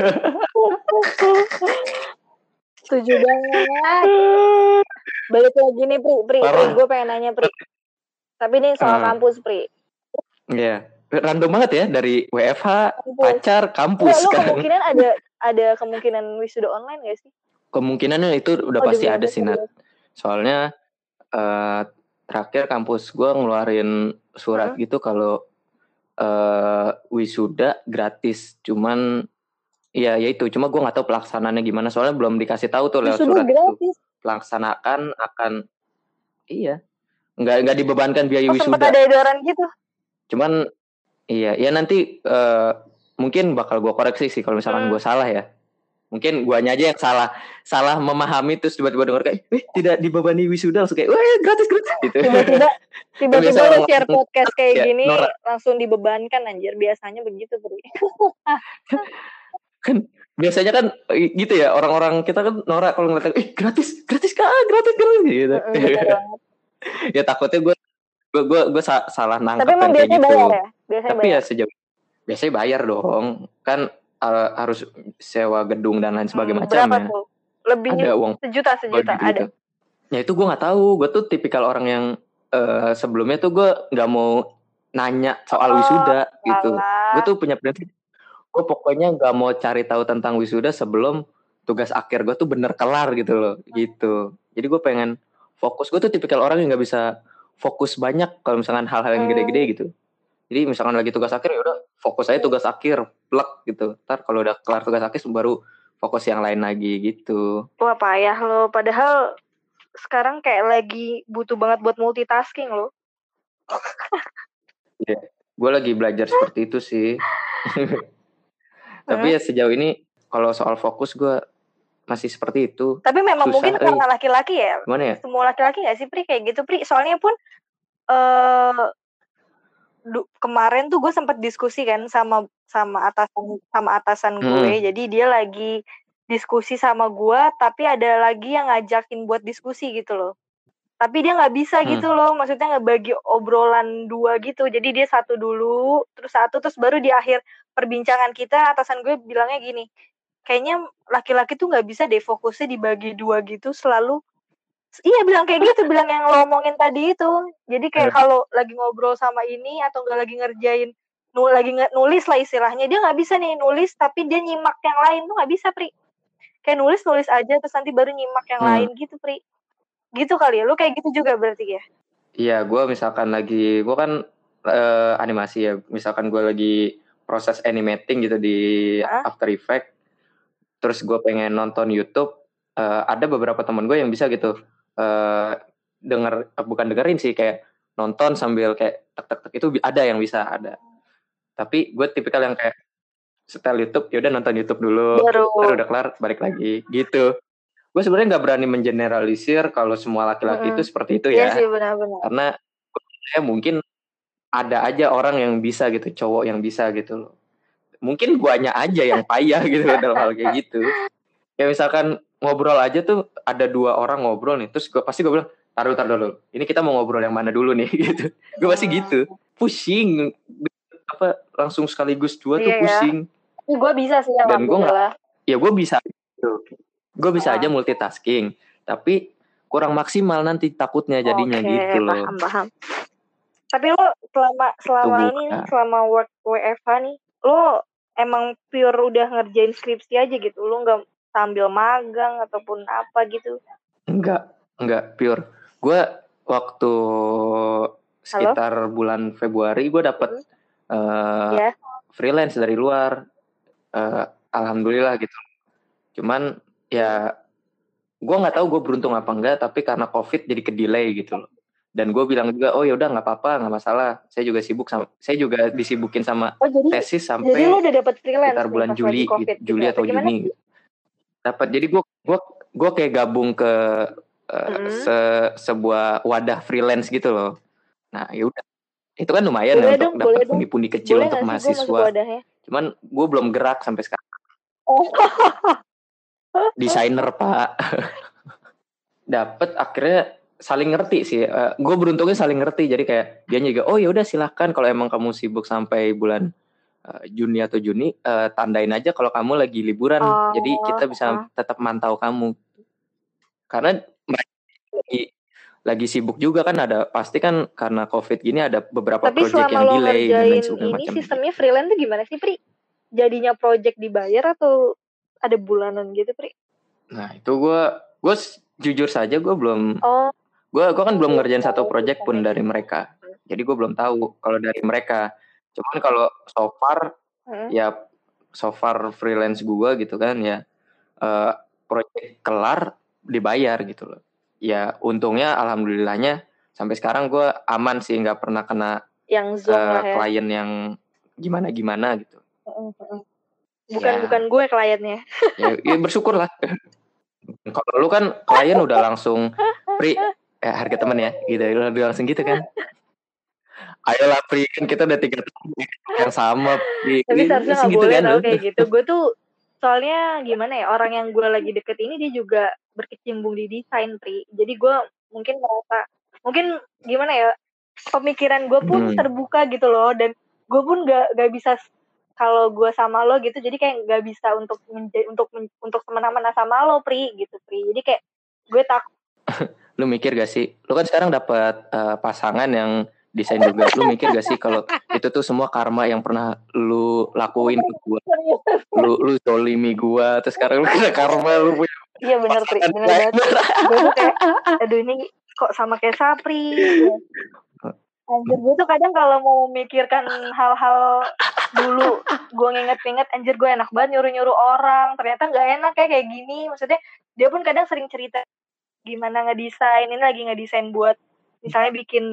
B: Setuju banget. Balik lagi nih Pri, Pri, Pri, gue pengen nanya Pri. Tapi ini soal uh, kampus Pri.
A: Iya, yeah. Random banget ya dari W F H, kampus. Pacar, kampus
B: Nggak,
A: kan.
B: Kemungkinan ada ada kemungkinan wisuda online gak sih?
A: Kemungkinannya itu udah oh, pasti ada sih Nat. Soalnya uh, terakhir kampus gue ngeluarin surat hmm? gitu kalau uh, wisuda gratis. Cuman ya ya itu, cuma gue nggak tahu pelaksanaannya gimana. Soalnya belum dikasih tahu tuh lewat surat gratis. Itu. Pelaksanaan akan iya, nggak nggak dibebankan biaya oh, wisuda.
B: Sempat ada edaran gitu.
A: Cuman iya, ya nanti uh, mungkin bakal gue koreksi sih kalau misalkan hmm. gue salah ya. Mungkin guanya aja yang salah salah memahami terus tiba-tiba denger kayak eh tidak dibebani wisuda langsung kayak wah gratis gratis gitu.
B: Tiba-tiba tiba-tiba lu share podcast kayak ya, gini Nora. Langsung dibebankan anjir, biasanya begitu Bro.
A: Kan biasanya kan gitu ya, orang-orang kita kan Nora kalau ngeliat eh gratis gratis kah gratis gratis gitu. Ya takutnya gue gue gue gue salah nangkep. Tapi
B: emang biasanya gitu. Bayar ya? Biasanya
A: Tapi
B: bayar.
A: ya sejauh biasanya bayar dong kan. Uh, harus sewa gedung dan lain sebagainya hmm, macam
B: berapa ya. Tuh? Lebihnya
A: ada uang
B: sejuta sejuta
A: gitu.
B: Ada.
A: Ya itu gue nggak tahu. Gue tuh tipikal orang yang uh, sebelumnya tuh gue nggak mau nanya soal oh, wisuda gitu. Gue tuh punya prinsip. Gue pokoknya nggak mau cari tahu tentang wisuda sebelum tugas akhir gue tuh bener kelar gitu loh. Gitu. Jadi gue pengen fokus. Gue tuh tipikal orang yang nggak bisa fokus banyak kalau misalkan hal-hal yang gede-gede gitu. Jadi misalkan lagi tugas akhir ya udah fokus aja tugas akhir, plek gitu. Ntar kalau udah kelar tugas akhir baru fokus yang lain lagi gitu.
B: Wah payah lo, padahal sekarang kayak lagi butuh banget buat multitasking lo.
A: Iya, gue lagi belajar seperti itu sih. Tapi ya sejauh ini kalau soal fokus gue masih seperti itu.
B: Tapi memang susah, mungkin karena eh. laki-laki ya.
A: Gimana ya?
B: Semua laki-laki nggak sih Pri kayak gitu Pri? Soalnya pun. Uh, Du, kemarin tuh gue sempat diskusi kan sama sama atasan sama atasan gue. Hmm. Jadi dia lagi diskusi sama gue, tapi ada lagi yang ngajakin buat diskusi gitu loh. Tapi dia nggak bisa hmm. gitu loh, maksudnya ngebagi obrolan dua gitu. Jadi dia satu dulu, terus satu, terus baru di akhir perbincangan kita atasan gue bilangnya gini, kayaknya laki-laki tuh nggak bisa deh fokusnya dibagi dua gitu selalu. Iya bilang kayak gitu, bilang yang lo omongin tadi itu. Jadi kayak kalau lagi ngobrol sama ini atau nggak lagi ngerjain, nul, lagi nulis lah istilahnya, dia nggak bisa nih nulis tapi dia nyimak yang lain tuh nggak bisa Pri. Kayak nulis nulis aja terus nanti baru nyimak yang hmm. lain gitu Pri. Gitu kali ya, lo kayak gitu juga berarti ya?
A: Iya, gue misalkan lagi, gue kan uh, animasi ya, misalkan gue lagi proses animating gitu di huh? After Effects, terus gue pengen nonton YouTube, uh, ada beberapa teman gue yang bisa gitu. Uh, denger bukan dengerin sih kayak nonton sambil kayak tek tek tek itu ada yang bisa ada. Tapi gue tipikal yang kayak setel YouTube ya udah nonton YouTube dulu, baru udah kelar balik lagi gitu. Gue sebenarnya nggak berani mengeneralisir kalau semua laki-laki hmm. itu seperti itu ya.
B: Iya sih benar-benar.
A: Karena saya mungkin ada aja orang yang bisa gitu, cowok yang bisa gitu loh. Mungkin guanya aja yang payah gitu dalam hal kayak gitu. Kayak misalkan ngobrol aja tuh ada dua orang ngobrol nih, terus gue pasti gue bilang taruh taruh dulu, ini kita mau ngobrol yang mana dulu nih gitu. Gue pasti gitu, pusing apa langsung sekaligus dua tuh iya, pusing.
B: Ya. Gue bisa sih
A: dan gue nggak, ya gue bisa gitu. Gue bisa
B: uh.
A: aja multitasking, tapi kurang maksimal nanti takutnya jadinya
B: okay,
A: gitu loh.
B: Paham, paham. Tapi lo selama selama
A: Tubuh,
B: ini nih,
A: ya.
B: selama work W F H nih, lo emang pure udah ngerjain skripsi aja gitu, lo nggak sambil magang ataupun apa gitu?
A: Enggak, enggak pure. Gue waktu sekitar
B: Halo?
A: bulan Februari gue dapet
B: hmm.
A: uh,
B: yeah.
A: freelance dari luar. Uh, alhamdulillah gitu. Cuman ya gue nggak tahu gue beruntung apa enggak, tapi karena COVID jadi kedelay gitu loh. Dan gue bilang juga, oh yaudah nggak apa-apa, nggak masalah. Saya juga sibuk sama, saya juga disibukin sama
B: oh, jadi,
A: tesis sampai
B: jadi lo udah dapet freelance
A: sekitar bulan Juli,
B: COVID,
A: gitu, Juli
B: gitu.
A: atau
B: Gimana?
A: Juni. Gitu. Dapat. Jadi gue gue gue kayak gabung ke uh, mm-hmm. se, sebuah wadah freelance gitu loh. Nah yaudah, itu kan lumayan boleh ya dong, untuk dapat pundi-pundi kecil boleh untuk mahasiswa. Cuman gue belum gerak sampai sekarang. Oh. Desainer pak. Dapat akhirnya saling ngerti sih. Uh, gue beruntungnya saling ngerti. Jadi kayak dia juga, oh ya udah silahkan kalau emang kamu sibuk sampai bulan uh, Juni atau Juni, uh, tandain aja kalau kamu lagi liburan. Oh, jadi kita bisa uh. tetap mantau kamu. Karena lagi, lagi sibuk juga kan, ada pasti kan karena COVID gini ada beberapa
B: tapi
A: project yang delay dan lain sebagainya.
B: Ini sistemnya freelance tuh gimana sih, Pri? Jadinya project dibayar atau ada bulanan gitu, Pri?
A: Nah itu gue gue jujur saja gue belum oh. gue gue kan oh, belum ngerjain satu project pun dari mereka, jadi gue belum tahu kalau dari mereka. Cuman kalau so far hmm. ya so far freelance gue gitu kan ya, uh, project kelar dibayar gitu loh. Ya untungnya alhamdulillahnya sampai sekarang gue aman sih, nggak pernah kena
B: yang zone uh, ya.
A: Klien yang gimana gimana gitu.
B: Bukan ya. bukan gue kliennya.
A: Ya, ya bersyukur lah. Kalau lu kan klien udah langsung Pri, eh, harga temen ya gitu, udah langsung gitu kan. Ayolah Pri, kan kita udah tiga tahun yang sama Pri.
B: Tapi seharusnya nggak gitu boleh kan, tau kayak gitu. Gue tuh soalnya gimana ya, orang yang gue lagi deket ini dia juga berkecimpung di desain Pri. Jadi gue mungkin merasa, mungkin gimana ya, pemikiran gue pun hmm. terbuka gitu loh. Dan gue pun gak, gak bisa kalau gue sama lo gitu, jadi kayak nggak bisa untuk menja- untuk men- untuk teman-teman sama lo Pri gitu Pri. Jadi kayak gue takut.
A: Lu mikir gak sih, lu kan sekarang dapat uh, pasangan yang desain juga. Lu mikir gak sih kalau itu tuh semua karma yang pernah lu lakuin ke gue, lu lu zolimi gue, terus sekarang lu kena karma lu punya.
B: Iya benar Pri, benar banget. Gue tuh kayak, aduh ini kok sama kayak Sapri. Anjir, gue tuh kadang kalau mau memikirkan hal-hal dulu, gue nginget-nginget, anjir gue enak banget nyuruh-nyuruh orang, ternyata gak enak kayak kayak gini. Maksudnya dia pun kadang sering cerita gimana ngedesain, ini lagi ngedesain buat misalnya bikin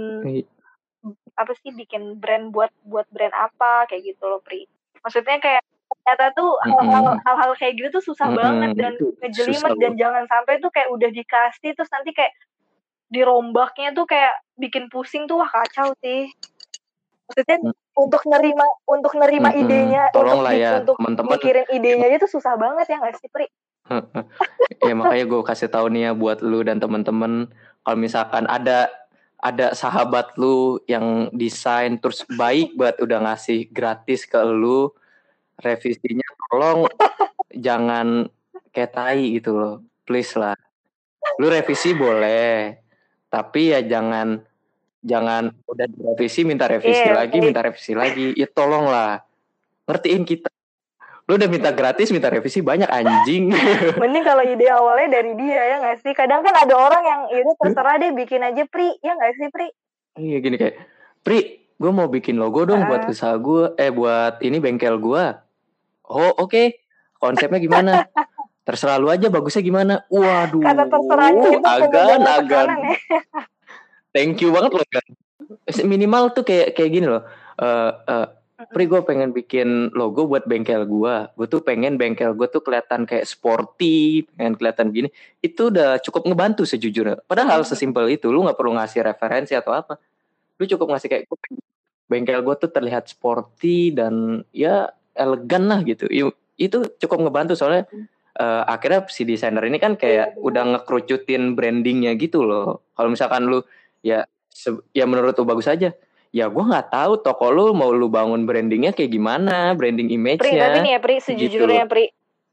B: apa sih, bikin brand buat buat brand apa kayak gitu loh Pri. Maksudnya kayak ternyata tuh hal-hal, hal-hal kayak gitu tuh susah mm-hmm. banget dan ngejelimet, dan jangan sampai tuh kayak udah dikasih terus nanti kayak dirombaknya tuh kayak bikin pusing tuh, wah kacau sih. Maksudnya hmm. untuk nerima untuk nerima hmm, idenya,
A: tolong
B: untuk
A: lah ya,
B: untuk
A: teman-teman
B: mikirin idenya aja tuh susah banget ya nggak sih Pri?
A: Ya makanya gue kasih tahu nih ya buat lu dan teman-teman, kalau misalkan ada ada sahabat lu yang desain terus baik buat udah ngasih gratis ke lu, revisinya tolong jangan kayak tai gitu loh, please lah. Lu revisi boleh, tapi ya jangan jangan udah direvisi minta revisi yeah, lagi, okay. minta revisi lagi. Ya tolong lah, ngertiin kita. Lu udah minta gratis, minta revisi banyak anjing.
B: Mending kalau ide awalnya dari dia ya nggak sih? Kadang kan ada orang yang itu terserah deh, bikin aja Pri, ya nggak sih Pri?
A: Iya gini kayak, Pri, gue mau bikin logo dong uh. buat usaha gue, eh buat ini bengkel gue. Oh oke, okay. Konsepnya gimana? Terserah lu aja, bagusnya gimana? Waduh,
B: kata terserahnya itu
A: agan agan. Ya. Thank you banget loh kan. Minimal tuh kayak kayak gini loh. Uh, uh, Pri, gue pengen bikin logo buat bengkel gue. Gue tuh pengen bengkel gue tuh kelihatan kayak sporty, pengen kelihatan gini. Itu udah cukup ngebantu sejujurnya. Padahal sesimpel itu, lu nggak perlu ngasih referensi atau apa. Lu cukup ngasih kayak bengkel gue tuh terlihat sporty dan ya elegan lah gitu. Itu cukup ngebantu soalnya. Uh, akhirnya si desainer ini kan kayak ya, udah ngekrucutin brandingnya gitu loh. Kalau misalkan lu ya se- ya menurut lu bagus aja, ya gue nggak tahu toko lu mau lu bangun brandingnya kayak gimana, branding image-nya.
B: Pri, tapi nih ya Pri, sejujurnya gitu. Pri,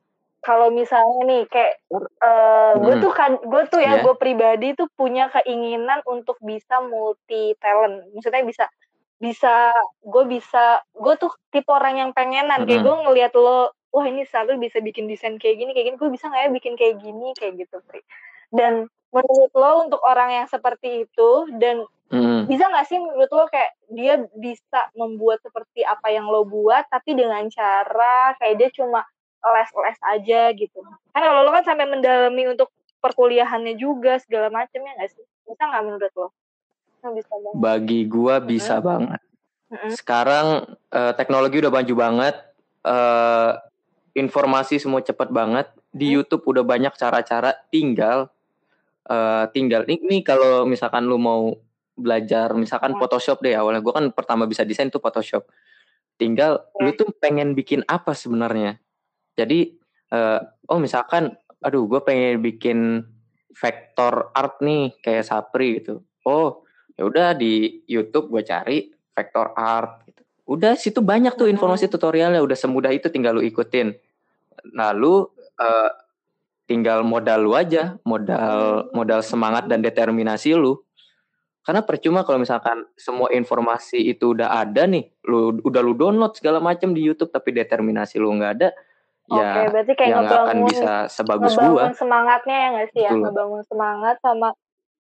B: kalau misalnya nih kayak uh, gue tuh kan gue tuh ya yeah. gue pribadi tuh punya keinginan untuk bisa multi talent, maksudnya bisa bisa gue bisa gue tuh tipe orang yang pengenan mm-hmm. kayak gue ngelihat lo, wah ini Sabril bisa bikin desain kayak gini kayak gini, gue bisa nggak ya bikin kayak gini kayak gitu, Pri. Dan menurut lo untuk orang yang seperti itu dan mm. bisa nggak sih menurut lo kayak dia bisa membuat seperti apa yang lo buat tapi dengan cara kayak dia cuma les-les aja gitu. Kan kalau lo kan sampai mendalami untuk perkuliahannya juga segala macamnya nggak sih? Bisa nggak menurut lo?
A: Bisa banget. Bagi gua bisa mm-hmm. banget. Mm-hmm. Sekarang uh, teknologi udah maju banget, uh, informasi semua cepat banget. Di mm-hmm. YouTube udah banyak cara-cara. Tinggal, uh, tinggal. Ini, ini kalau misalkan lu mau belajar, misalkan mm-hmm. Photoshop deh awalnya. Gua kan pertama bisa desain tuh Photoshop. Tinggal, mm-hmm. lu tuh pengen bikin apa sebenarnya? Jadi, uh, oh misalkan, aduh, gue pengen bikin vektor art nih kayak Sapri gitu. Oh. Ya udah di YouTube gue cari vektor art gitu. Udah situ banyak tuh informasi tutorialnya, udah semudah itu tinggal lu ikutin. Lalu uh, tinggal modal lu aja, modal modal semangat dan determinasi lu. Karena percuma kalau misalkan semua informasi itu udah ada nih, lu udah lu download segala macam di YouTube tapi determinasi lu nggak ada,
B: Oke,
A: ya
B: berarti kayak
A: yang nggak akan bisa sebagus
B: ngebangun
A: gua.
B: Semangatnya ya nggak sih ya,
A: betul.
B: Ngebangun semangat sama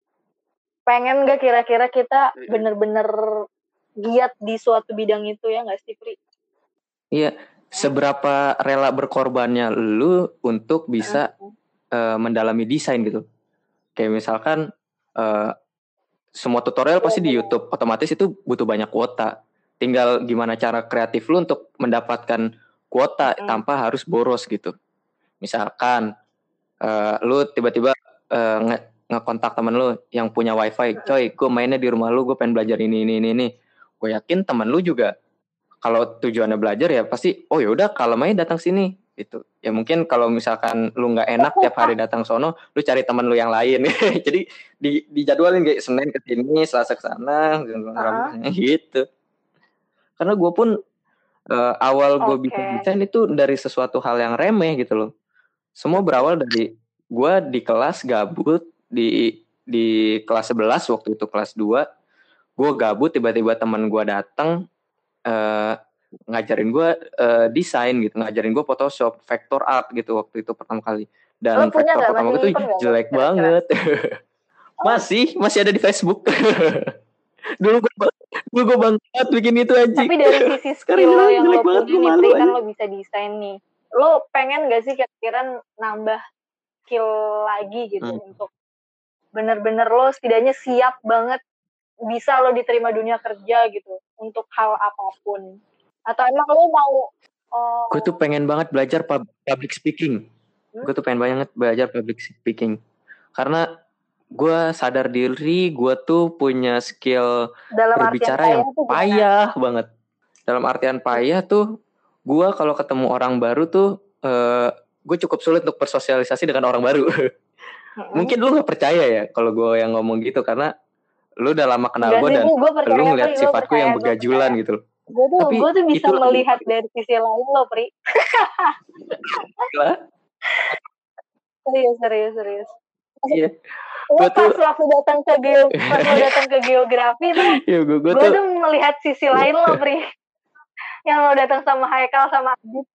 B: pengen gak kira-kira kita bener-bener giat di suatu bidang itu ya nggak sih, Pri?
A: Iya, seberapa rela berkorbannya lu untuk bisa uh-huh. uh, mendalami desain gitu. Kayak misalkan uh, semua tutorial pasti di YouTube, otomatis itu butuh banyak kuota. Tinggal gimana cara kreatif lu untuk mendapatkan kuota uh-huh. tanpa harus boros gitu. Misalkan uh, lu tiba-tiba uh, nge- ngekontak temen lu yang punya wifi, coy, gue mainnya di rumah lu, gue pengen belajar ini ini ini ini. Gue yakin temen lu juga kalau tujuannya belajar ya pasti, oh yaudah kalau main datang sini gitu. Ya mungkin kalau misalkan lu nggak enak tiap hari datang sono, lu cari temen lu yang lain. Jadi di dijadwalin kayak Senin ke sini, Selasa ke sana, uh-huh. gitu. Karena gue pun uh, awal gue okay. bisa desain itu dari sesuatu hal yang remeh gitu loh. Semua berawal dari gue di kelas gabut. Di di kelas sebelas waktu itu kelas dua gue gabut, tiba-tiba teman gue datang uh, ngajarin gue uh, desain gitu, ngajarin gue Photoshop, vector art gitu waktu itu pertama kali. Dan vector pertama gue tuh jelek gak? banget. Oh. masih masih ada di Facebook. dulu gue dulu gue banget bikin itu aja.
B: Tapi dari sisi skill lo yang lo punya nih, Pri, kan lo bisa desain nih, lo pengen gak sih kira-kira nambah skill lagi gitu hmm. untuk bener-bener lo setidaknya siap banget bisa lo diterima dunia kerja gitu untuk hal apapun, atau emang lo mau oh...
A: gue tuh pengen banget belajar pub- public speaking hmm? gue tuh pengen banget belajar public speaking karena gue sadar diri gue tuh punya skill dalam berbicara yang payah banget. Dalam artian payah tuh gue kalau ketemu orang baru tuh uh, gue cukup sulit untuk bersosialisasi dengan orang baru. Mungkin lu gak percaya ya kalau gue yang ngomong gitu, karena lu udah lama kenal gue dan percaya, lu ngeliat Pri, sifatku yang begajulan gitu.
B: Gue tuh, gue tuh bisa melihat itu, dari sisi lain lo, Pri. serius, serius, serius.
A: Iya.
B: Gue pas tuh, waktu datang ke geo, pas lo datang ke geografi tuh, ya, gue, gue tuh, tuh melihat sisi lain lo, Pri. Yang lo datang sama Haikal sama Adit.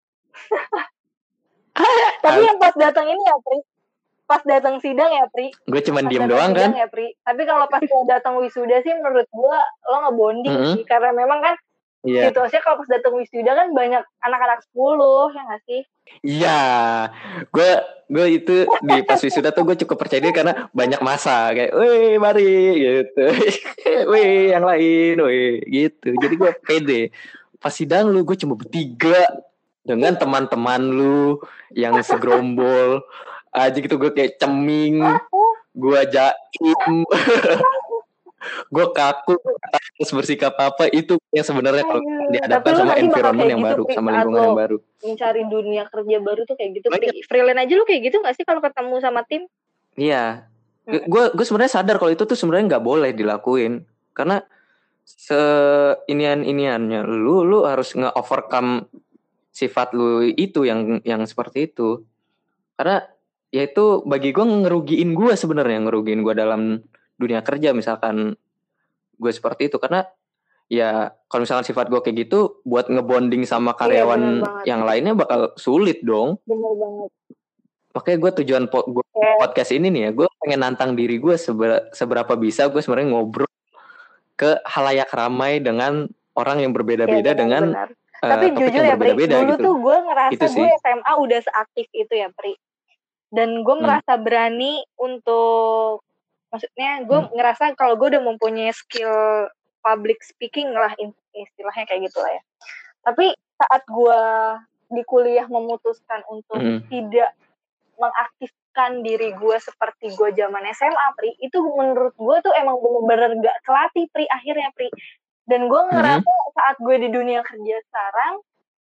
B: Tapi yang pas datang ini ya, Pri. Pas datang sidang ya, Pri.
A: Gue cuman pas diem doang kan.
B: Ya, Pri. Tapi kalau pas lo datang wisuda sih menurut gue lo ngebonding mm-hmm. sih, karena memang kan yeah. situasinya kalau pas datang wisuda kan banyak anak-anak sepuluh ya nggak sih?
A: Iya, gue gue itu di pas wisuda tuh gue cukup percaya diri karena banyak masa kayak, wih mari gitu, wih yang lain, wih gitu. Jadi gue pede. Pas sidang lu gue cuma bertiga dengan teman-teman lu yang segerombol aja gitu, gue kayak ceming, gue jaim, gue kaku, terus bersikap apa itu yang sebenarnya kalau dihadapkan sama environment yang gitu, baru, sama lingkungan yang baru.
B: Mencari dunia kerja baru tuh kayak gitu. Freelance aja lu kayak gitu nggak sih kalau ketemu sama tim?
A: Iya, gue gue sebenarnya sadar kalau itu tuh sebenarnya nggak boleh dilakuin karena seinian-iniannya lu lu harus nge-overcome sifat lu itu yang yang seperti itu. Karena ya itu bagi gue ngerugiin gue sebenarnya, ngerugiin gue dalam dunia kerja misalkan gue seperti itu. Karena ya kalau misalkan sifat gue kayak gitu, buat ngebonding sama karyawan
B: iya,
A: yang lainnya bakal sulit dong.
B: Bener banget.
A: Makanya gue tujuan po- gue podcast ini nih ya, gue pengen nantang diri gue seber- seberapa bisa gue sebenarnya ngobrol ke halayak ramai dengan orang yang berbeda-beda, ya, benar, dengan benar. Uh,
B: tapi jujur ya Pri, dulu
A: gitu.
B: tuh gue ngerasa gue S M A udah seaktif itu ya Pri, dan gue hmm. merasa berani untuk, maksudnya gue hmm. ngerasa kalau gue udah mempunyai skill public speaking lah istilahnya kayak gitu lah ya. Tapi saat gue di kuliah memutuskan untuk hmm. tidak mengaktifkan diri gue seperti gue zaman S M A Pri, itu menurut gue tuh emang bener-bener gak kelatih Pri akhirnya Pri. Dan gue ngerasa hmm. saat gue di dunia kerja sekarang,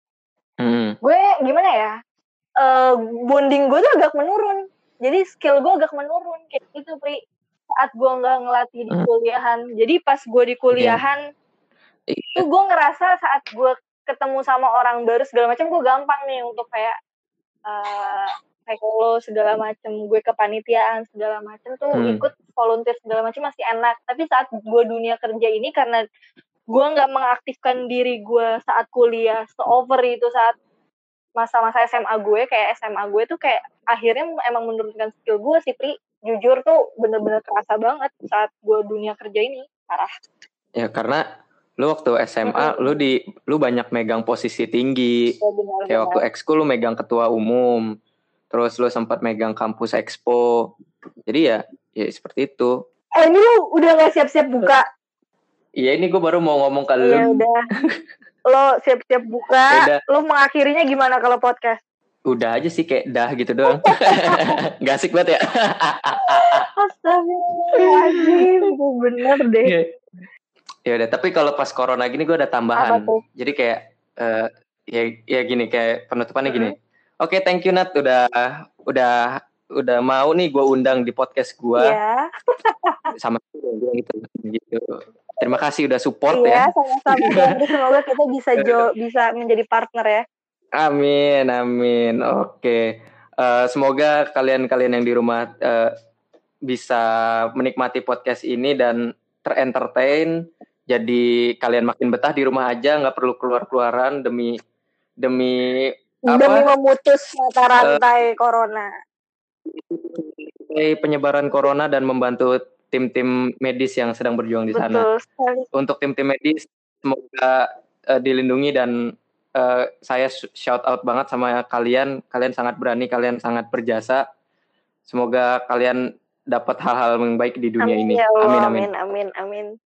B: hmm. gue gimana ya, uh, bonding gue tuh agak menurun. Jadi skill gue agak menurun kayak gitu Pri. Saat gue gak ngelatih di kuliahan. Jadi pas gue di kuliahan, yeah. itu gue ngerasa saat gue ketemu sama orang baru segala macam, gue gampang nih untuk kayak uh, kayak lo segala macam, gue kepanitiaan segala macam tuh hmm. ikut volunteer segala macam masih enak. Tapi saat gue dunia kerja ini, karena gue nggak mengaktifkan diri gue saat kuliah se-over itu, saat masa-masa S M A gue, kayak S M A gue tuh kayak akhirnya emang menurunkan skill gue sih Pri. Jujur tuh bener-bener kerasa banget saat gue dunia kerja ini, parah.
A: Ya karena lu waktu S M A mm-hmm. lu di lu banyak megang posisi tinggi. Ya, benar, kayak benar. Waktu ekskul lu megang ketua umum, terus lu sempat megang kampus expo. Jadi ya ya seperti itu.
B: Eh ini lu udah nggak siap-siap buka?
A: Iya, ini gue baru mau ngomong ke lu.
B: Ya udah. Lo siap-siap buka. Yaudah. Lo mengakhirinya gimana kalau podcast?
A: Udah aja sih kayak dah gitu doang. Gak asik banget ya.
B: Astagfirullahaladzim. Bener deh.
A: Ya udah, tapi kalau pas corona gini gue ada tambahan. Jadi kayak uh, ya ya gini, kayak penutupannya gini. Mm-hmm. Oke, okay, thank you Nat udah udah udah mau nih gue undang di podcast gue.
B: Iya.
A: Sama gue gitu gitu. Terima kasih udah support
B: iya,
A: ya.
B: Iya, sama-sama. Semoga kita bisa jo, bisa menjadi partner ya.
A: Amin, amin. Oke. Uh, semoga kalian-kalian yang di rumah uh, bisa menikmati podcast ini dan terentertain. Jadi kalian makin betah di rumah aja, nggak perlu keluar-keluaran demi demi apa?
B: Demi memutus mata rantai uh, corona.
A: Penyebaran corona dan membantu tim-tim medis yang sedang berjuang di sana.
B: Betul sekali.
A: Untuk tim-tim medis semoga uh, dilindungi, dan uh, saya shout out banget sama kalian. Kalian sangat berani, kalian sangat berjasa. Semoga kalian dapat hal-hal yang baik di dunia
B: amin,
A: ini.
B: Ya Allah,
A: amin, amin,
B: amin, amin, amin.